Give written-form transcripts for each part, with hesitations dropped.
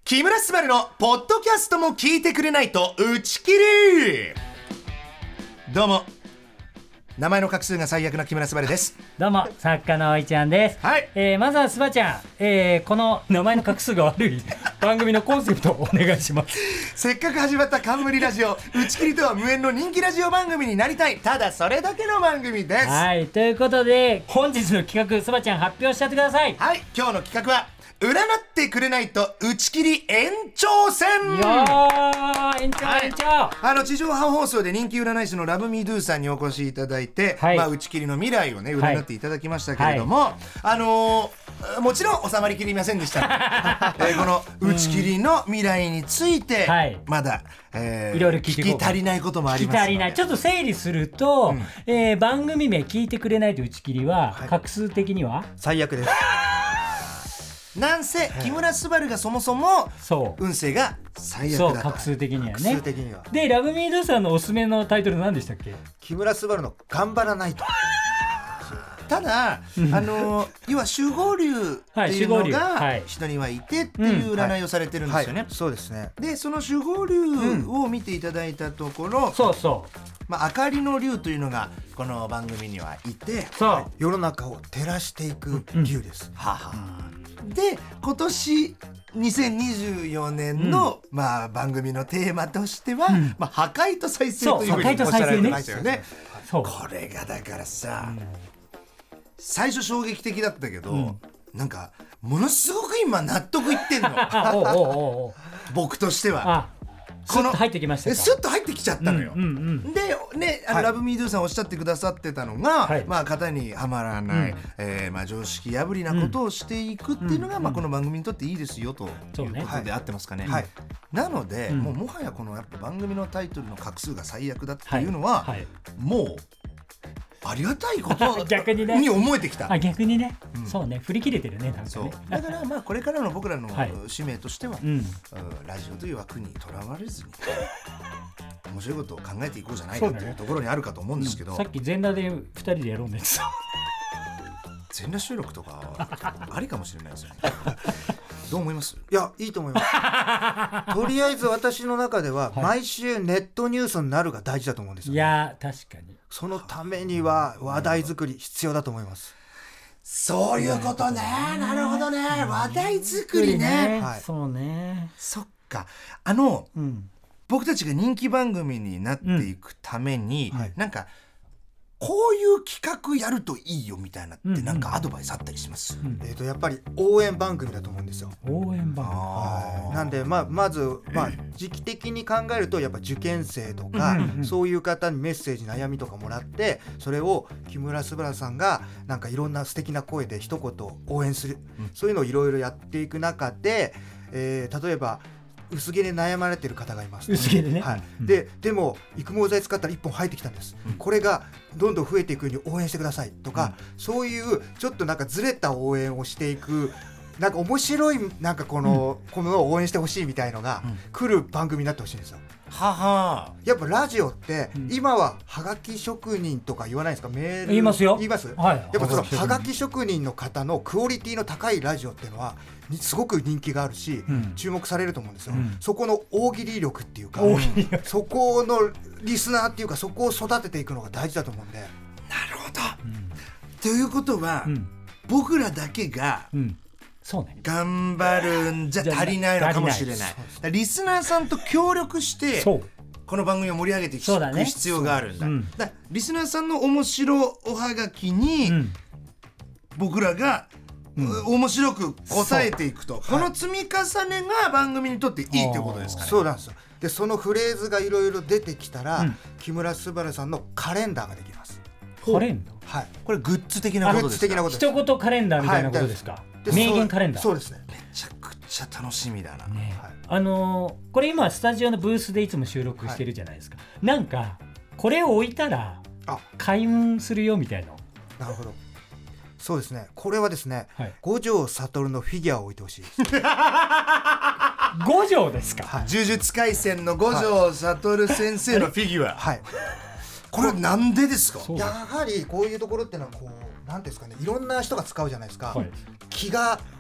木村昴のポッドキャストも聞いてくれないと打ち切り。どうも、名前の画数が最悪な木村昴です。 どうも、作家のおいちゃんです。 はい、 まずはすばちゃん、この名前の画数が悪い番組のコンセプトをお願いします。 せっかく始まった冠ラジオ、打ち切りとは無縁の人気ラジオ番組になりたい、ただそれだけの番組です。 はい、ということで本日の企画、すばちゃん発表しちゃってください。 はい、今日の企画は占ってくれないと打ち切り延長戦。 いやー、延長、 はい、 延長。 地上波放送で人気占い師のラブミードゥさんにお越しいただいて、 はい、 打ち切りの未来をね占っていただきましたけれども、はい、もちろん収まりきりませんでした、この打ち切りの未来について、はい、まだ、 いろいろ聞き足りないこともありますので、 聞き足りない、ちょっと整理すると、番組名聞いてくれないと打ち切りは、はい、画数的には最悪です。 なんせ木村昴がそもそも運勢が最悪だと。 そう、画数的にはね。 画数的には。 で、ラブミードゥさんのおすすめのタイトル何でしたっけ？ 木村昴の頑張らないと。 ただ要は守護竜っていうのが人にはいてっていう占いをされてるんですよね。 そうですね。 でその守護竜を見ていただいたところ、 そうそう、 明かりの竜というのがこの番組にはいて、 そう、 世の中を照らしていく竜です。 で今年2024年の、番組のテーマとしては、破壊と再生というふうにおっしゃられてましたよね。これがだからさ、最初衝撃的だったけど、なんかものすごく今納得いってんの僕としては。 スッと入ってきましたか。 スッと入ってきちゃったのよ。でね、ラブミードゥさんおっしゃってくださってたのが、型にはまらない、常識破りなことをしていくっていうのが、この番組にとっていいですよということで合ってますかね。なので、もはやこのやっぱ番組のタイトルの画数が最悪だっていうのは、もうありがたいこと逆に、 に思えてきた。 逆にね、そうね、振り切れてるね、 そうだからこれからの僕らの使命としては、ラジオという枠にとらわれずに面白いことを考えていこうじゃないかというところにあるかと思うんですけど、 さっき全裸で2人でやろうねってさ、 全裸収録とかありかもしれないですよね。どう思います？ いや、いいと思います。とりあえず私の中では、毎週ネットニュースになるが大事だと思うんですよ、ね。 いや、確かにそのためには話題作り必要だと思います。 そういうことね。なるほどね。話題作りね。 そうね。 そっか。僕たちが人気番組になっていくために、なんかこういう企画やるといいよみたいなってなんかアドバイスあったりします？ やっぱり応援番組だと思うんですよ。 応援番組。 なんでまず時期的に考えるとやっぱ受験生とか、そういう方にメッセージ悩みとかもらって、それを木村昴さんがなんかいろんな素敵な声で一言応援する、そういうのをいろいろやっていく中で、例えば薄毛で悩まれてる方がいます。 薄毛でね。 でも育毛剤使ったら1本生えてきたんです。これがどんどん増えていくように応援してくださいとか、そういうちょっとなんかずれた応援をしていく、なんか面白い、なんかこのを応援してほしいみたいのが来る番組になってほしいんですよ。やっぱラジオって、今ははがき職人とか言わないですか？メール言いますよ。 言います？やっぱそのはがき職人の方のクオリティの高いラジオっていうのはすごく人気があるし、注目されると思うんですよ。そこの大喜利力っていうか、そこのリスナーっていうか、そこを育てていくのが大事だと思うんで。 なるほど。ということは、僕らだけが頑張るんじゃ足りないのかもしれない。リスナーさんと協力してこの番組を盛り上げていく必要があるんだ。だリスナーさんの面白おはがきに、僕らが面白く答えていくと、この積み重ねが番組にとっていいということですかね。 そうなんですよ。でそのフレーズがいろいろ出てきたら、木村昴さんのカレンダーができます。 カレンダー？ これグッズ的なことですか？ 一言カレンダーみたいなことですか？名言カレンダー。 そうですね。 めちゃくちゃ楽しみだな。 これ今スタジオのブースでいつも収録してるじゃないですか。なんかこれを置いたら開運するよみたいな。 なるほど。そうですね。これはですね、五条悟のフィギュアを置いてほしいです。 五条ですか？ 呪術廻戦の五条悟先生のフィギュア。これなんでですか？ やはりこういうところってのはこうなんですかね、いろんな人が使うじゃないですか。気が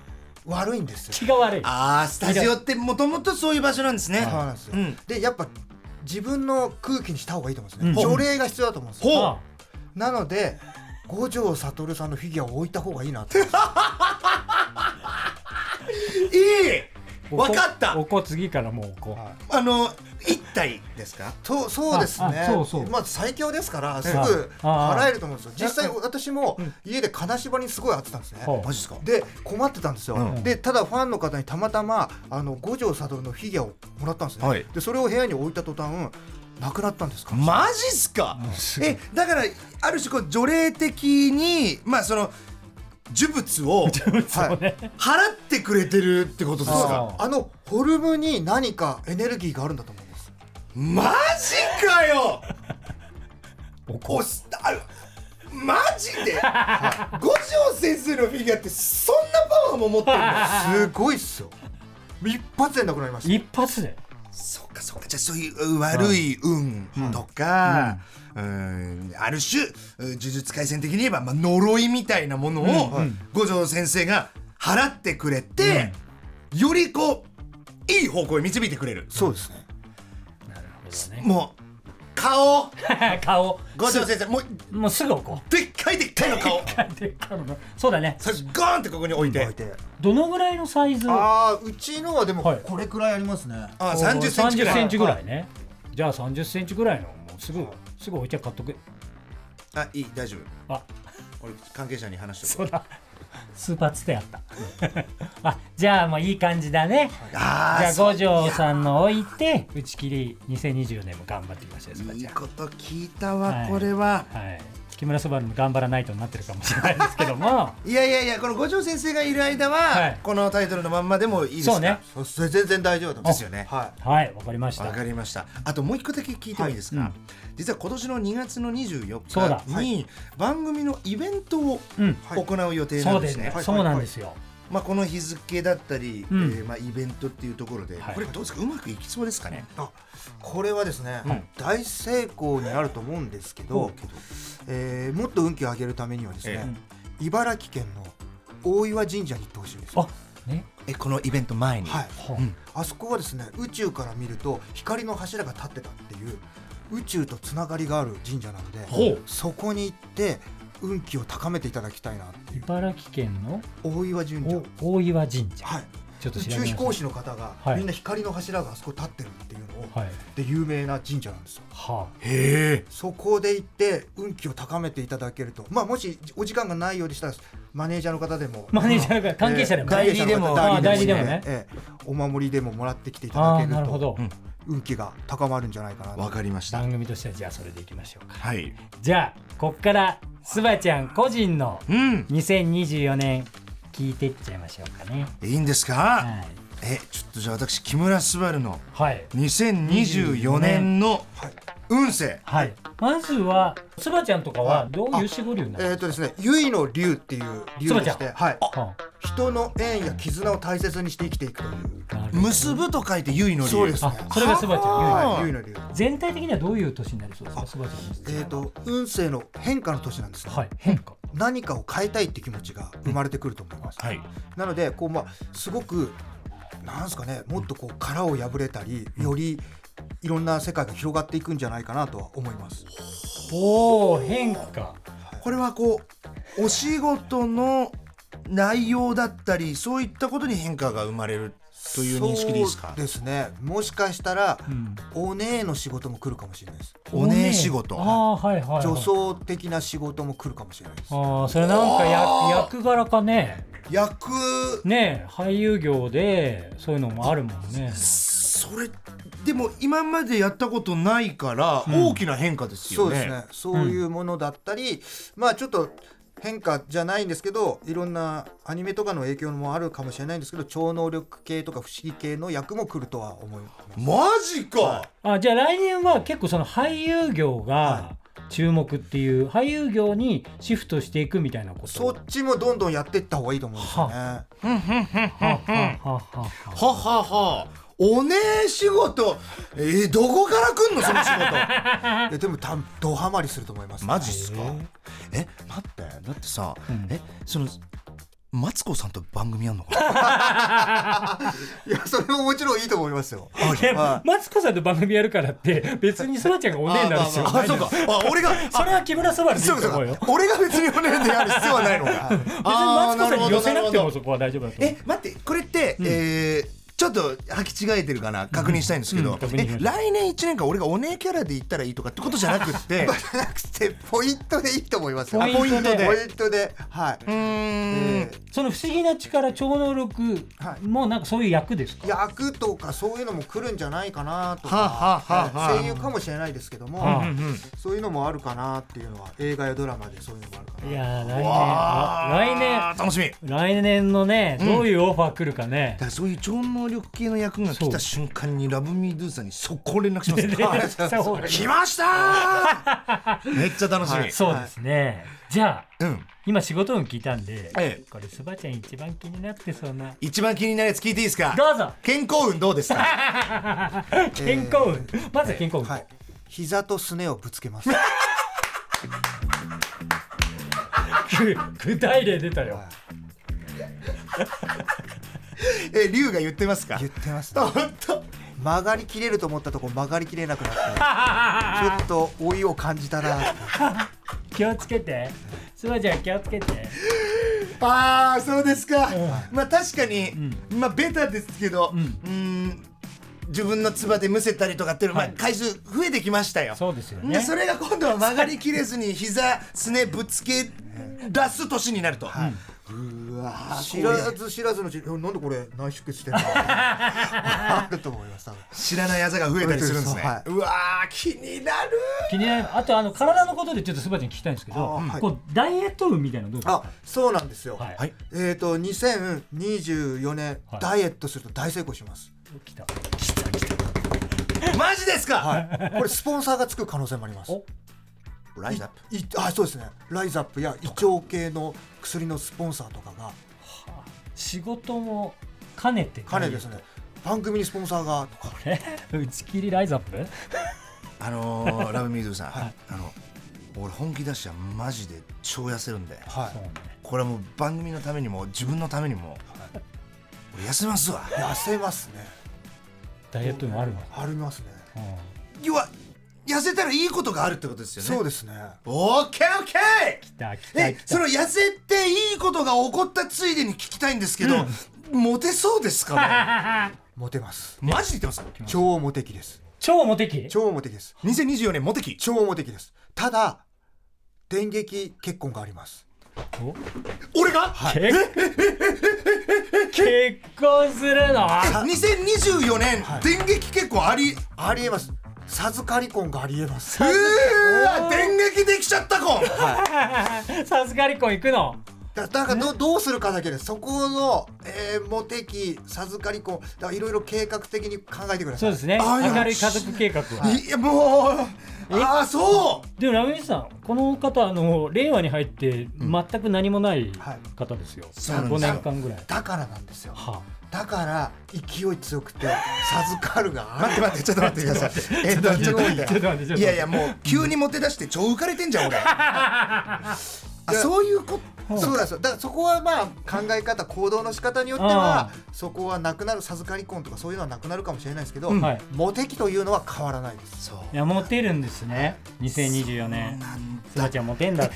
悪いんですよ。 気が悪い。 スタジオってもともとそういう場所なんですね。 そうなんですよ、でやっぱ自分の空気にした方がいいと思うんですね、除霊が必要だと思うんですよ。なので五条悟さんのフィギュアを置いた方がいいなっていい分かった。 おこ次からもうおこ、 一体ですか？ そうですね。まあ最強ですからすぐ払えると思うんですよ。実際私も家で金縛りにすごい当てたんですね。 マジですか？ で困ってたんですよ。でただファンの方にたまたま五条悟のフィギュアをもらったんですね。でそれを部屋に置いた途端なくなったんですか？ マジっすか？だからある種こう除霊的にその呪物を払ってくれてるってことですか？ フォルムに何かエネルギーがあるんだと思うんです。 マジかよマジで、五条先生のフィギュアってそんなパワーも持ってるの？ すごいっすよ。一発でなくなりました。 一発で。 そうか。じゃあそういう悪い運とか、ある種呪術廻戦的に言えば、呪いみたいなものを五条先生が払ってくれて、よりこういい方向へ導いてくれる。 そうですね。 なるほどね。 もう顔五条先生もうすぐ置こう。でっかいの顔そうだね。 それゴーンってここに置いて。 どのぐらいのサイズ？ うちのはでもこれくらいありますね。 30 センチぐらいね。じゃあ30センチぐらいのもうすぐ置いちゃ買っとく。 いい、大丈夫。俺関係者に話しておく。 そうだ、スーパーつてあったじゃあいい感じだね。じゃあ五条さんの置いて打ち切り2024年も頑張っていきましょう。 いいこと聞いたわ、これは。 木村昴も頑張らないとになってるかもしれないですけどもいやこの五条先生がいる間は、このタイトルのまんまでもいいですか？ そうね。 全然大丈夫ですよね。 わかりました。 あともう一個だけ聞いてもいいですか？実は今年の2月の24日に番組のイベントを行う予定なんですね。 そうなんですよ。 この日付だったり、イベントっていうところで、これどうですか？うまくいきそうですかね？ これはですね、大成功になると思うんですけど、もっと運気を上げるためにはですね、茨城県の大岩神社に行ってほしいんですよ。 このイベント前に。 あそこはですね、宇宙から見ると光の柱が立ってたっていう宇宙とつながりがある神社なので、そこに行って運気を高めていただきたいなっていう。 茨城県の大岩神社。 大岩神社。 ちょっと宇宙飛行士の方がみんな光の柱があそこ立ってるっていうのを、で有名な神社なんですよ。そこで行って運気を高めていただけると、もしお時間がないようでしたらマネージャーの方でも、 関係者でも、 代理でもね、 お守りでももらってきていただけると運気が高まるんじゃないかなと。 わかりました。 番組としてはじゃあそれでいきましょうか。じゃあこっからスバちゃん個人の2024年聞いていっちゃいましょうかね。 いいんですか？ちょっとじゃあ私木村昴の2024年の運勢。 まずはスバちゃんとかはどういう守護龍なの？ ですね、結の龍っていう龍でして、人の縁や絆を大切にして生きていくという。 結ぶと書いて結の龍。 そうですね。 それがスバちゃん。 結の龍。 全体的にはどういう年になりそうですか？スバちゃん。 運勢の変化の年なんですね。 変化。 何かを変えたいって気持ちが生まれてくると思います。なのでこうすごくなんですかね、もっとこう殻を破れたり、よりいろんな世界が広がっていくんじゃないかなとは思います。 変化。 これはこうお仕事の内容だったりそういったことに変化が生まれるという認識でいいですか？ そうですね。もしかしたら、お姉の仕事も来るかもしれないです。 お姉仕事。 女装的な仕事も来るかもしれないです。 それなんか役柄かね。俳優業でそういうのもあるもんね。 それでも今までやったことないから大きな変化ですよね。 そうですね。そういうものだったり、ちょっと変化じゃないんですけど、いろんなアニメとかの影響もあるかもしれないんですけど、超能力系とか不思議系の役も来るとは思います。 マジか。 じゃあ来年は結構その俳優業が注目っていう、俳優業にシフトしていくみたいなこと。 そっちもどんどんやっていった方がいいと思うんですよね。 お姉仕事、どこから来んのその仕事。 でもドハマりすると思います。 マジっすか？待って、だってさ、そのマツコさんと番組やんのかないやそれももちろんいいと思いますよ。 マツコさんと番組やるからって別にそらちゃんがお姉になる必要ない。 そうか。俺がそれは木村昴でいいと思うよ。 俺が別にお姉でやる必要はないのか。 別にマツコさんに寄せなくてもそこは大丈夫だと思う。 待ってこれって、ちょっと履き違えてるかな確認したいんですけど、来年1年間俺がお姉キャラで行ったらいいとかってことじゃなくってポイントでいいと思いますよ。 ポイントではい。 その不思議な力超能力もなんかそういう役ですか？ 役とかそういうのも来るんじゃないかなとか、声優かもしれないですけども、そういうのもあるかなっていうのは映画やドラマでそういうのもあるかな。 いや来年楽しみ。 来年のねどういうオファー来るかね。 だからそういう超能力系の役が来た瞬間にラブミードゥさんに速攻連絡しますね。来ましためっちゃ楽しみ。 そうですね。じゃあ今仕事運聞いたんで、これスバちゃん一番気になってそうな一番気になるやつ聞いていいですか？ どうぞ。 健康運どうですか？ 健康運、まずは健康運。 膝とすねをぶつけます。 具体例出たよ。 龍が言ってますか？ 言ってます、 ね。本当。 曲がりきれると思ったとこ曲がりきれなくなってちょっと老いを感じたな。 気をつけて。スバちゃん気をつけて。 ああそうですか。まあ確かに、まあベタですけど、自分の唾でむせたりとかっていうの、回数増えてきましたよ。 そうですよね。 それが今度は曲がりきれずに膝すねぶつけ出す年になると。うわ知らず知らずのうちなんでこれ内出血してるのあると思います。 知らないあざが増えたりするんですね。うわ気になる。 あと体のことでちょっとスバちゃん聞きたいんですけど、こうダイエット運みたいなのどうですか？ そうなんですよ。2024年ダイエットすると大成功します。 来たマジですか？ これスポンサーがつく可能性もあります。 ライズアップ。そうですね。ライズアップや胃腸系の薬のスポンサーとかが、 仕事も兼ねてですね。番組にスポンサーがとか。 打ち切りライズアップ？ ラブミードゥさん、俺本気出しちゃマジで超痩せるんで、これはもう番組のためにも自分のためにも、俺痩せますわ。 痩せますね。 ダイエット運あるの？ ありますね。 要は痩せたらいいことがあるってことですよね。 そうですね。 オッケーオッケー。 来た。 その痩せていいことが起こったついでに聞きたいんですけど、モテそうですかね？ モテます。 マジで言ってます？ 超モテ期です。 超モテ期？ 超モテ期です。 2024年モテ期。 超モテ期です。ただ電撃結婚があります。 俺が？ 結婚するの ？2024年電撃結婚ありえます。授かり婚がありえます。 電撃できちゃった婚。 授かり婚行くの？ だからどうするかだけです。そこの、モテ期授かり婚いろいろ計画的に考えてください。 そうですね。明るい家族計画は。 いやもうそうでもラブミスさんこの方令和に入って全く何もない方ですよ。5年間ぐらい。 だからなんですよ。だから勢い強くて授かるが待ってちょっと待ってください。ちょっと待って。いやもう急にモテ出して超浮かれてんじゃん俺。そういうこと。 そうなんですよ。だからそこはまあ考え方行動の仕方によってはそこはなくなる。授かり婚とかそういうのはなくなるかもしれないですけど、モテ期というのは変わらないです。 いやモテるんですね。2024年スバちゃんモテんだって。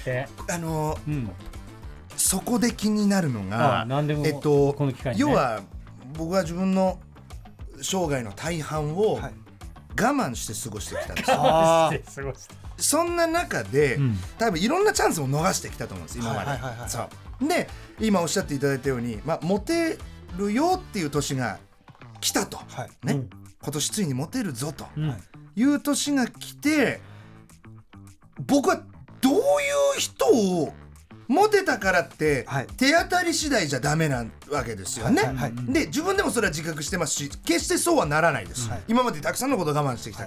そこで気になるのが要は僕は自分の生涯の大半を我慢して過ごしてきたんですよ。そんな中で、多分いろんなチャンスを逃してきたと思うんです今まで。で今おっしゃっていただいたように、モテるよっていう年が来たと、今年ついにモテるぞという年が来て、僕はどういう人をモテたからって手当たり次第じゃダメなわけですよね。で自分でもそれは自覚してますし決してそうはならないです、今までたくさんのことを我慢してきたから。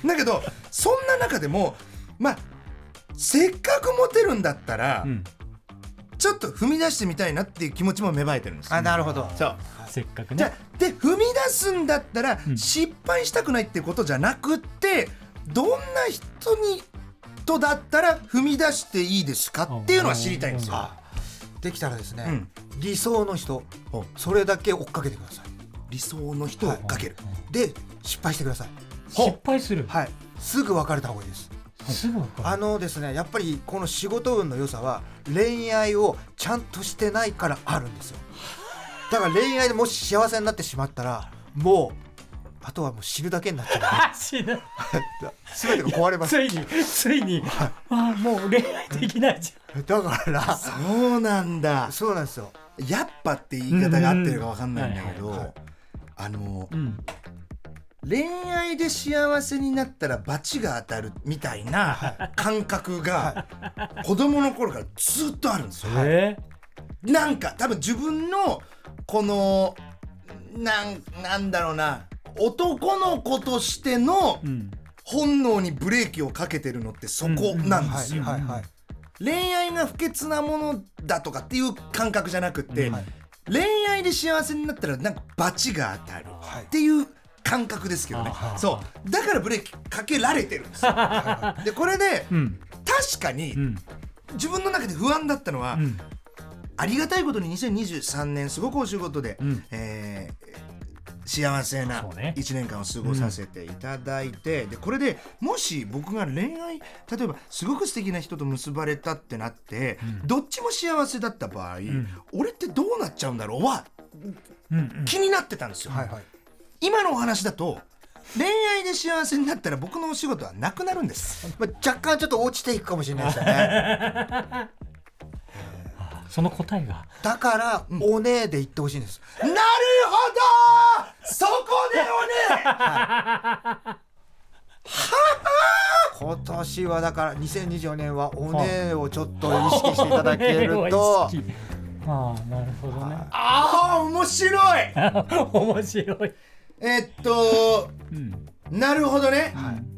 だけどそんな中でもせっかくモテるんだったら、ちょっと踏み出してみたいなっていう気持ちも芽生えてるんです。 なるほど。 そうせっかくね。 で踏み出すんだったら、失敗したくないってことじゃなくって、どんな人だったら踏み出していいですかっていうのは知りたいんですよ。 できたらですね、理想の人それだけ追っかけてください。 理想の人を追っかける、 で失敗してください。 失敗する、 はい、すぐ別れた方がいいです。 すぐですね、やっぱりこの仕事運の良さは恋愛をちゃんとしてないからあるんですよ。だから恋愛でもし幸せになってしまったらもうあとはもう死ぬだけになっちゃう。 死ぬ全てが壊れます。 ついにもう恋愛できないじゃん。 だからそうなんだ。 そうなんですよ。 やっぱって言い方が合ってるか分かんないんだけど、恋愛で幸せになったら罰が当たるみたいな感覚が子供の頃からずっとあるんですよ。なんか多分自分のこのなんだろうな、男の子としての本能にブレーキをかけてるのってそこなんですよ。恋愛が不潔なものだとかっていう感覚じゃなくって、恋愛で幸せになったらなんか罰が当たるっていう感覚ですけどね。そうだからブレーキかけられてるんですよ。でこれで、確かに、自分の中で不安だったのは、ありがたいことに2023年すごくお仕事で、幸せな1年間を過ごさせていただいて、でこれでもし僕が恋愛例えばすごく素敵な人と結ばれたってなって、どっちも幸せだった場合、俺ってどうなっちゃうんだろうは、気になってたんですよ。今のお話だと恋愛で幸せになったら僕のお仕事はなくなるんです。 若干ちょっと落ちていくかもしれないですよね。 その答えがだからおねえで言ってほしいんです。 なるほど、そこでおね今年はだから2024年はおねえをちょっと意識していただけるとなるほどね。 面白い面白い。 なるほどね。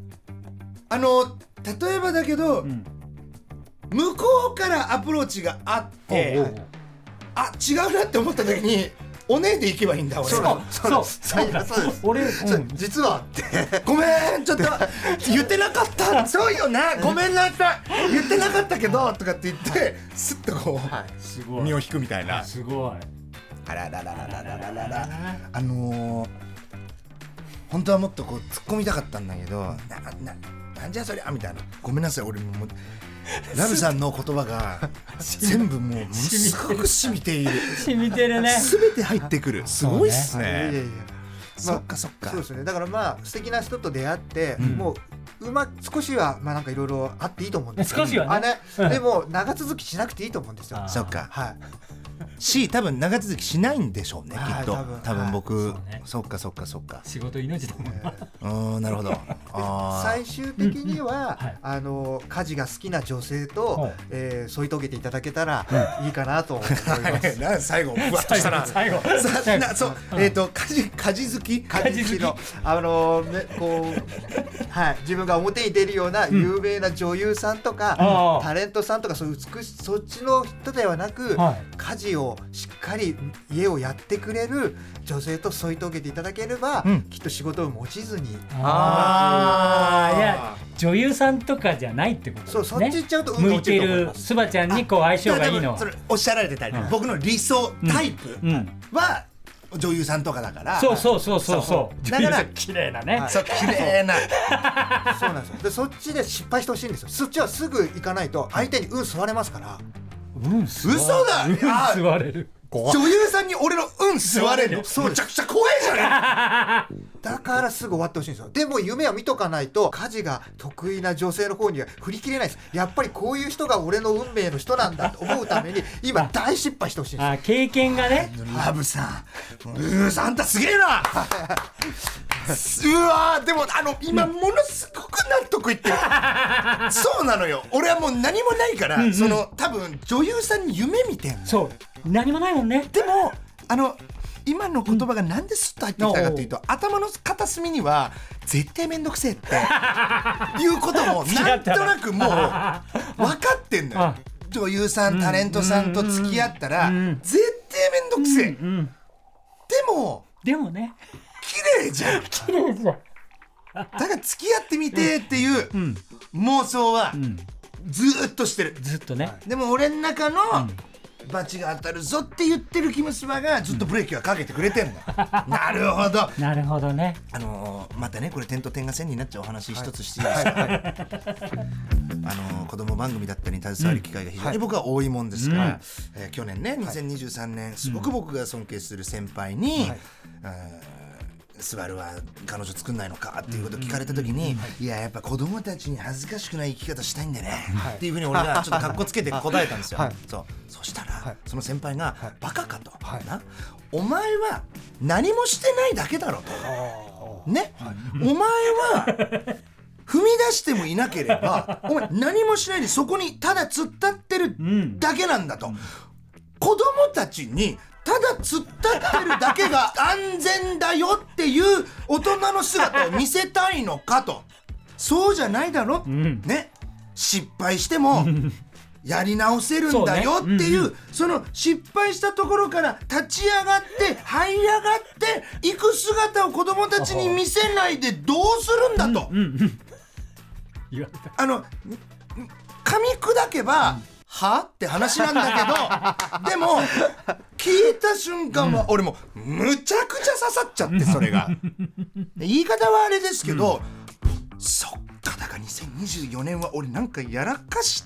例えばだけど、向こうからアプローチがあって、違うなって思った時におねえで行けばいいんだ俺。 そう俺実はってごめんちょっと言ってなかったそうよなごめんなさい言ってなかったけどとかって言ってスッとこう身を引くみたいな。 すごい。 あらららららららら。本当はもっとこう突っ込みたかったんだけど、なんじゃそりゃみたいな。ごめんなさい、俺もラブさんの言葉が全部もうすごく染みている。 染みてるね。 全て入ってくる。すごいっすね。そっかそっか。 そうですね。だから素敵な人と出会って、もう少しはなんかいろいろあっていいと思うんですよ。 少しはね。 でも長続きしなくていいと思うんですよ。 そっか。多分長続きしないんでしょうね、きっと。多分僕、そっかそっかそっか。 仕事命だもん。 なるほど。 最終的には家事が好きな女性と添い遂げていただけたらいいかなと思います。 最後ふわっとしたな。 最後。 そう家事好きのこう自分が表に出るような有名な女優さんとかタレントさんとかそういう美しいそっちの人ではなく、家事をしっかり家をやってくれる女性と添い遂げていただければ、きっと仕事を持ちずに。いや女優さんとかじゃないってことですね。 そっち行っちゃうと向いてるスバちゃんにこう相性がいいのはそれおっしゃられてたり、僕の理想タイプは女優さんとかだから。 そうだから綺麗なね。 そう綺麗な。 そうなんですよ。でそっちで失敗してほしいんですよ。そっちはすぐ行かないと相手に吸われますから。 嘘だ。 吸われる。 女優さんに俺の吸われるの。めちゃくちゃ怖いじゃね。 だからすぐ終わってほしいんですよ。でも夢は見とかないと家事が得意な女性の方には振り切れないです。やっぱりこういう人が俺の運命の人なんだと思うために今大失敗してほしいんです。 経験がね。 ラブさん、あんたすげえな。うわでも今ものすごく納得いってる。そうなのよ。俺はもう何もないから、多分女優さんに夢見てんの。 そう何もないもんね。 でも今の言葉がなんでスッと入ってきたかというと、頭の片隅には絶対めんどくせえっていうこともなんとなくもう分かってんのよ。女優さんタレントさんと付き合ったら絶対めんどくせえ。でもね綺麗じゃん。だから付き合ってみてっていう妄想はずっとしてる。 ずっとね。 でも俺の中の罰が当たるぞって言ってるキムスバがずっとブレーキはかけてくれてんだ、なるほどなるほどね。 またねこれ点と点が線になっちゃうお話一つしていいですか、子供番組だったりに携わる機会が非常に僕は多いもんですから、去年ね2023年すごく僕が尊敬する先輩に、スバルは彼女作んないのかっていうことを聞かれた時に、いややっぱ子供たちに恥ずかしくない生き方したいんでね、っていうふうに俺がちょっとカッコつけて答えたんですよ、そしたら、その先輩が、バカかと、なお前は何もしてないだけだろと、ね、お前は踏み出してもいなければお前何もしないでそこにただ突っ立ってるだけなんだと、子供たちにただ突っ立ってるだけが安全だよっていう大人の姿を見せたいのかと、そうじゃないだろ、ね、失敗してもやり直せるんだよっていう、その失敗したところから立ち上がって這い上がっていく姿を子供たちに見せないでどうするんだと、噛み砕けばはって話なんだけどでも聞いた瞬間は俺もむちゃくちゃ刺さっちゃって、それが言い方はあれですけど、そっかだから2024年は俺なんかやらかして、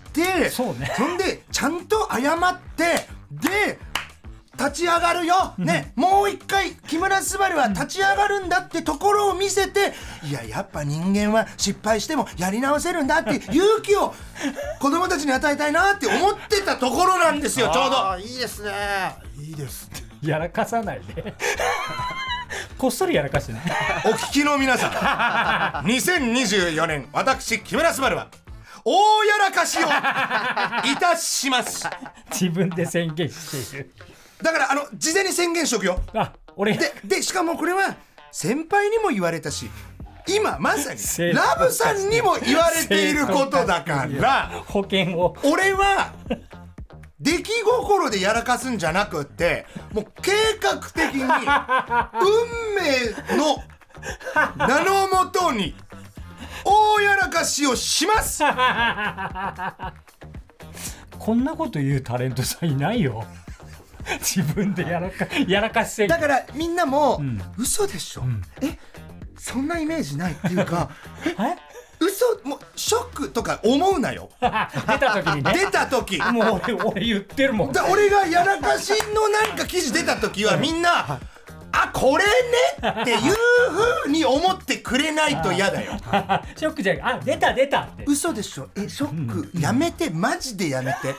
そんでちゃんと謝ってで立ち上がるよ、ね、もう一回木村昴は立ち上がるんだってところを見せて、やっぱ人間は失敗してもやり直せるんだって勇気を子供たちに与えたいなって思ってたところなんですよちょうど。 いいですね、いいですやらかさないでこっそりやらかしてねお聞きの皆さん2024年私木村昴は大やらかしをいたします自分で宣言している。 だから事前に宣言しとくよ。 俺でしかもこれは先輩にも言われたし今まさにラブさんにも言われていることだから保険を俺は出来心でやらかすんじゃなくってもう計画的に運命の名のもとに大やらかしをしますこんなこと言うタレントさんいないよ自分でやらかしだからみんなも、嘘でしょ、そんなイメージないっていうか嘘もうショックとか思うなよ出た時にね出た時もう俺言ってるもん俺がやらかしのなんか記事出た時はみんなこれねっていう風に思ってくれないと嫌だよショックじゃない出たって嘘でしょショックやめてマジでやめて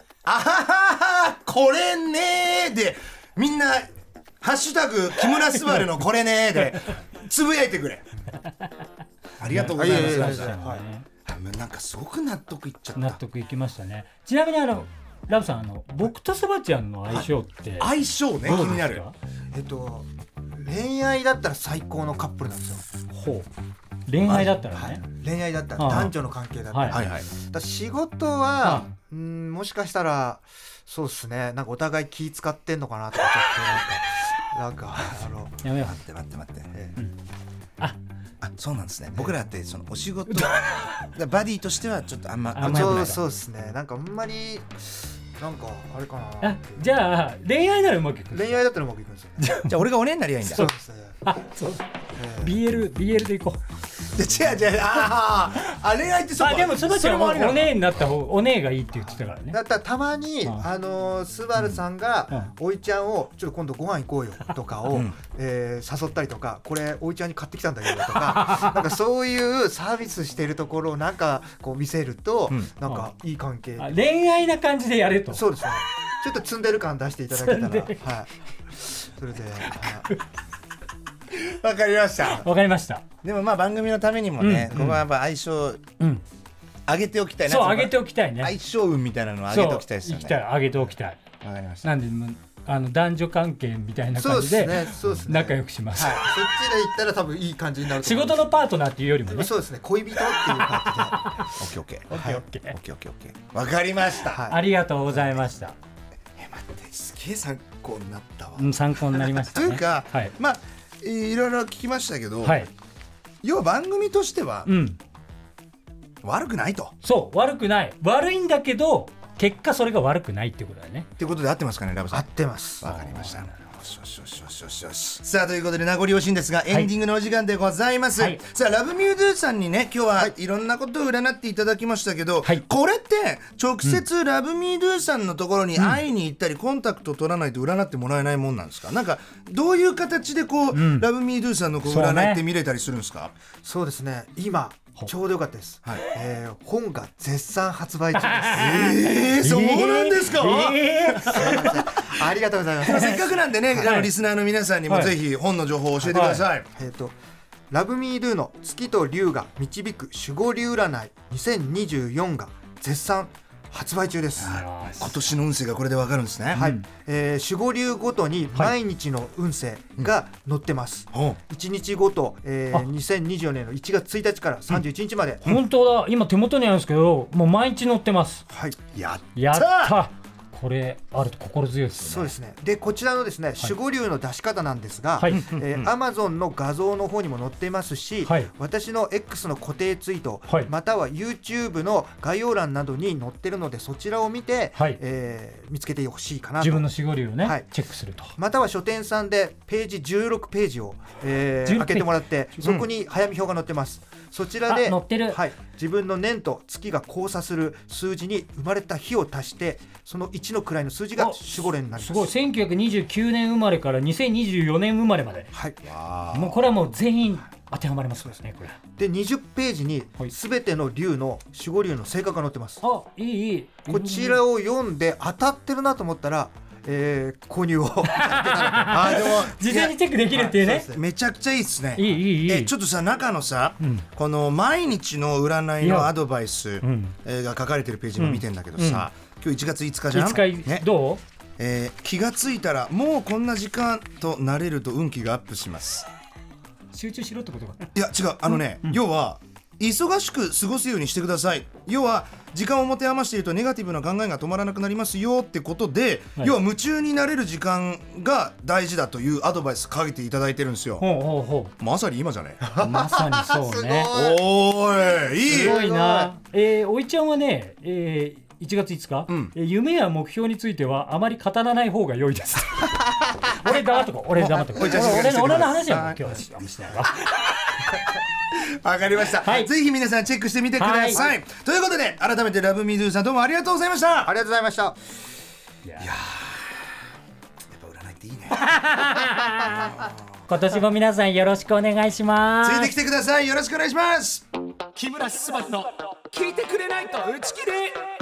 これねーでみんなハッシュタグ木村昴のこれねーでつぶやいてくれありがとうございます。なんかすごく納得いっちゃった。 納得いきましたね。ちなみにラブさん僕とスバちゃんの相性って相性ね気になる。 恋愛だったら最高のカップルなんですよ。 恋愛だったらね、 恋愛だったら男女の関係だったら、だ仕事はもしかしたらそうですね、なんかお互い気使ってんのかなとかちょっとなんかやめよう待って、そうなんですね。僕らってそのお仕事バディとしてはちょっとあんまそうですね、なんかあんまりなんかあれかな。 じゃあ恋愛ならうまくいく。 恋愛だったらうまくいくんですよ。 じゃあ俺がおねになりゃいいんだ。 そうですね。 BL でいこう。 違う恋愛ってそうでもスバちゃんはおねになった方おねがいいって言ってたからね。 だったらたまにスバルさんがおいちゃんをちょっと今度ご飯行こうよとかを誘ったりとか、これおいちゃんに買ってきたんだけどとかなんかそういうサービスしてるところをなんかこう見せるとなんかいい関係。 恋愛な感じでやれと。 そうですね。ちょっと積んでる感出していただけたら、それで。 わかりました。でもまあ番組のためにもね、ここはやっぱ相性上げておきたいな。 そう上げておきたいね。 相性運みたいなのを上げておきたいですよね。 上げておきたい。 わかりました。 なんで男女関係みたいな感じで仲良くします。 そっちで言ったら多分いい感じになると思う。 仕事のパートナーっていうよりもね。 そうですね。恋人っていう感じで。オッケー。わかりました。 ありがとうございました。 待って、すげえ参考になったわ。 参考になりましたね。 というか、まあいろいろ聞きましたけど、要は番組としては悪くないと。 そう悪くない。悪いんだけど結果それが悪くないってことだよね。 ってことで合ってますかね、ラブさん。 合ってます。 わかりました。さあということで名残惜しいんですが、エンディングのお時間でございます、はい、さあラブミュードゥさんにね今日はいろんなことを占っていただきましたけど、はい、これって直接ラブミュードゥさんのところに会いに行ったりコンタクト取らないと占ってもらえないもんなんですか？なんかどういう形でこう、ラブミュードゥさんのこう占いって見れたりするんですか？ そうですね、今ちょうどよかったです、はい、本が絶賛発売中です。そうなんですか？ ありがとうございます。 せっかくなんでね、リスナーの皆さんにもぜひ本の情報を教えてください。 ラブミードゥの月と竜が導く守護竜占い2024が絶賛発売中です。 今年の運勢がこれでわかるんですね。 はい、守護竜ごとに毎日の運勢が載ってます。1日ごと、2024年の1月1日から31日まで。 本当だ、今手元にあるんですけど、もう毎日載ってます。 はい、 やった。これあると心強いですよね。 そうですね。でこちらのですね、守護竜の出し方なんですが、Amazon の画像の方にも載っていますし、私の X の固定ツイート、または YouTube の概要欄などに載ってるので、そちらを見て、見つけてほしいかなと。 自分の守護竜をね、チェックすると。 または書店さんでページ16ページを、開けてもらって、そこに早見表が載ってます。そちらで載ってる、 自分の年と月が交差する数字に生まれた日を足して、その1の位の数字が守護霊になります。 すごい。1929年生まれから2024年生まれまで、もうこれはもう全員当てはまりますね。これで20ページに全ての竜の守護竜の性格が載ってます。 いいこちらを読んで当たってるなと思ったら、購入を事前にチェックできるっていうね。 めちゃくちゃいいですね。 いい。 ちょっとさ、中のさ、この毎日の占いのアドバイスが書かれてるページも見てんだけどさ、今日1月5日じゃん。 5日どう？ 気がついたらもうこんな時間となれると運気がアップします。 集中しろってことか？ いや違う、要は忙しく過ごすようにしてください。要は時間を持て余しているとネガティブな考えが止まらなくなりますよってことで、要は夢中になれる時間が大事だというアドバイスかけていただいてるんですよ。まさに今じゃね。 まさにそうね。 おーい、いい。 すごいな。おいちゃんはね、1月5日、夢や目標についてはあまり語らない方が良いです。俺黙っとこう。俺の話はもう今日はしないわ。 わかりました、ぜひ皆さんチェックしてみてください、ということで改めてラブミードゥさんどうもありがとうございました。 ありがとうございました。 いややっぱ占いっていいね。 今年も皆さんよろしくお願いします。 ついてきてください。よろしくお願いします。 木村昴の聞いてくれないと打ち切り。